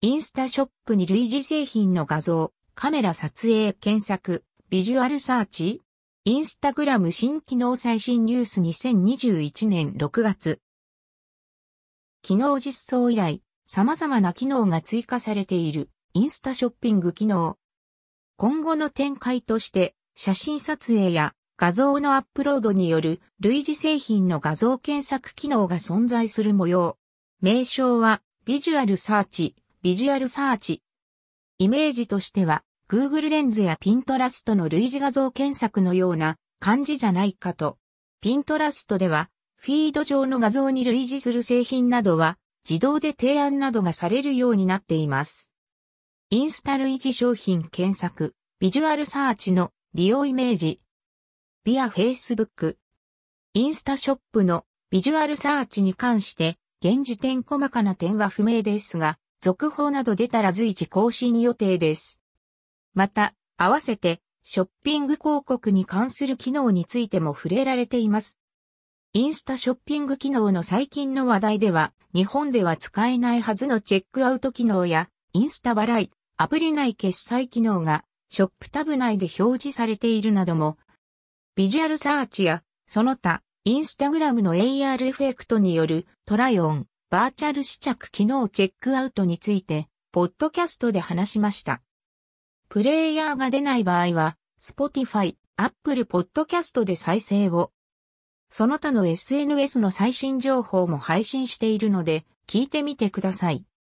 インスタショップに類似製品の画像、カメラ撮影検索、ビジュアルサーチ。インスタグラム新機能最新ニュース2021年6月。機能実装以来、様々な機能が追加されているインスタショッピング機能。今後の展開として、写真撮影や画像のアップロードによる類似製品の画像検索機能が存在する模様。名称はビジュアルサーチ。イメージとしては、Google レンズや Pinterest の類似画像検索のような感じじゃないかと。Pinterest では、フィード上の画像に類似する製品などは、自動で提案などがされるようになっています。インスタ類似商品検索、ビジュアルサーチの利用イメージ。via Facebook。インスタショップのビジュアルサーチに関して、現時点細かな点は不明ですが、続報など出たら随時更新予定です。また、合わせて、ショッピング広告に関する機能についても触れられています。インスタショッピング機能の最近の話題では、日本では使えないはずのチェックアウト機能や、インスタ払い、アプリ内決済機能が、ショップタブ内で表示されているなども、ビジュアルサーチや、その他、インスタグラムの AR エフェクトによるトライオン、バーチャル試着機能チェックアウトについて、ポッドキャストで話しました。プレイヤーが出ない場合は、Spotify、Apple Podcast で再生を。その他の SNS の最新情報も配信しているので、聞いてみてください。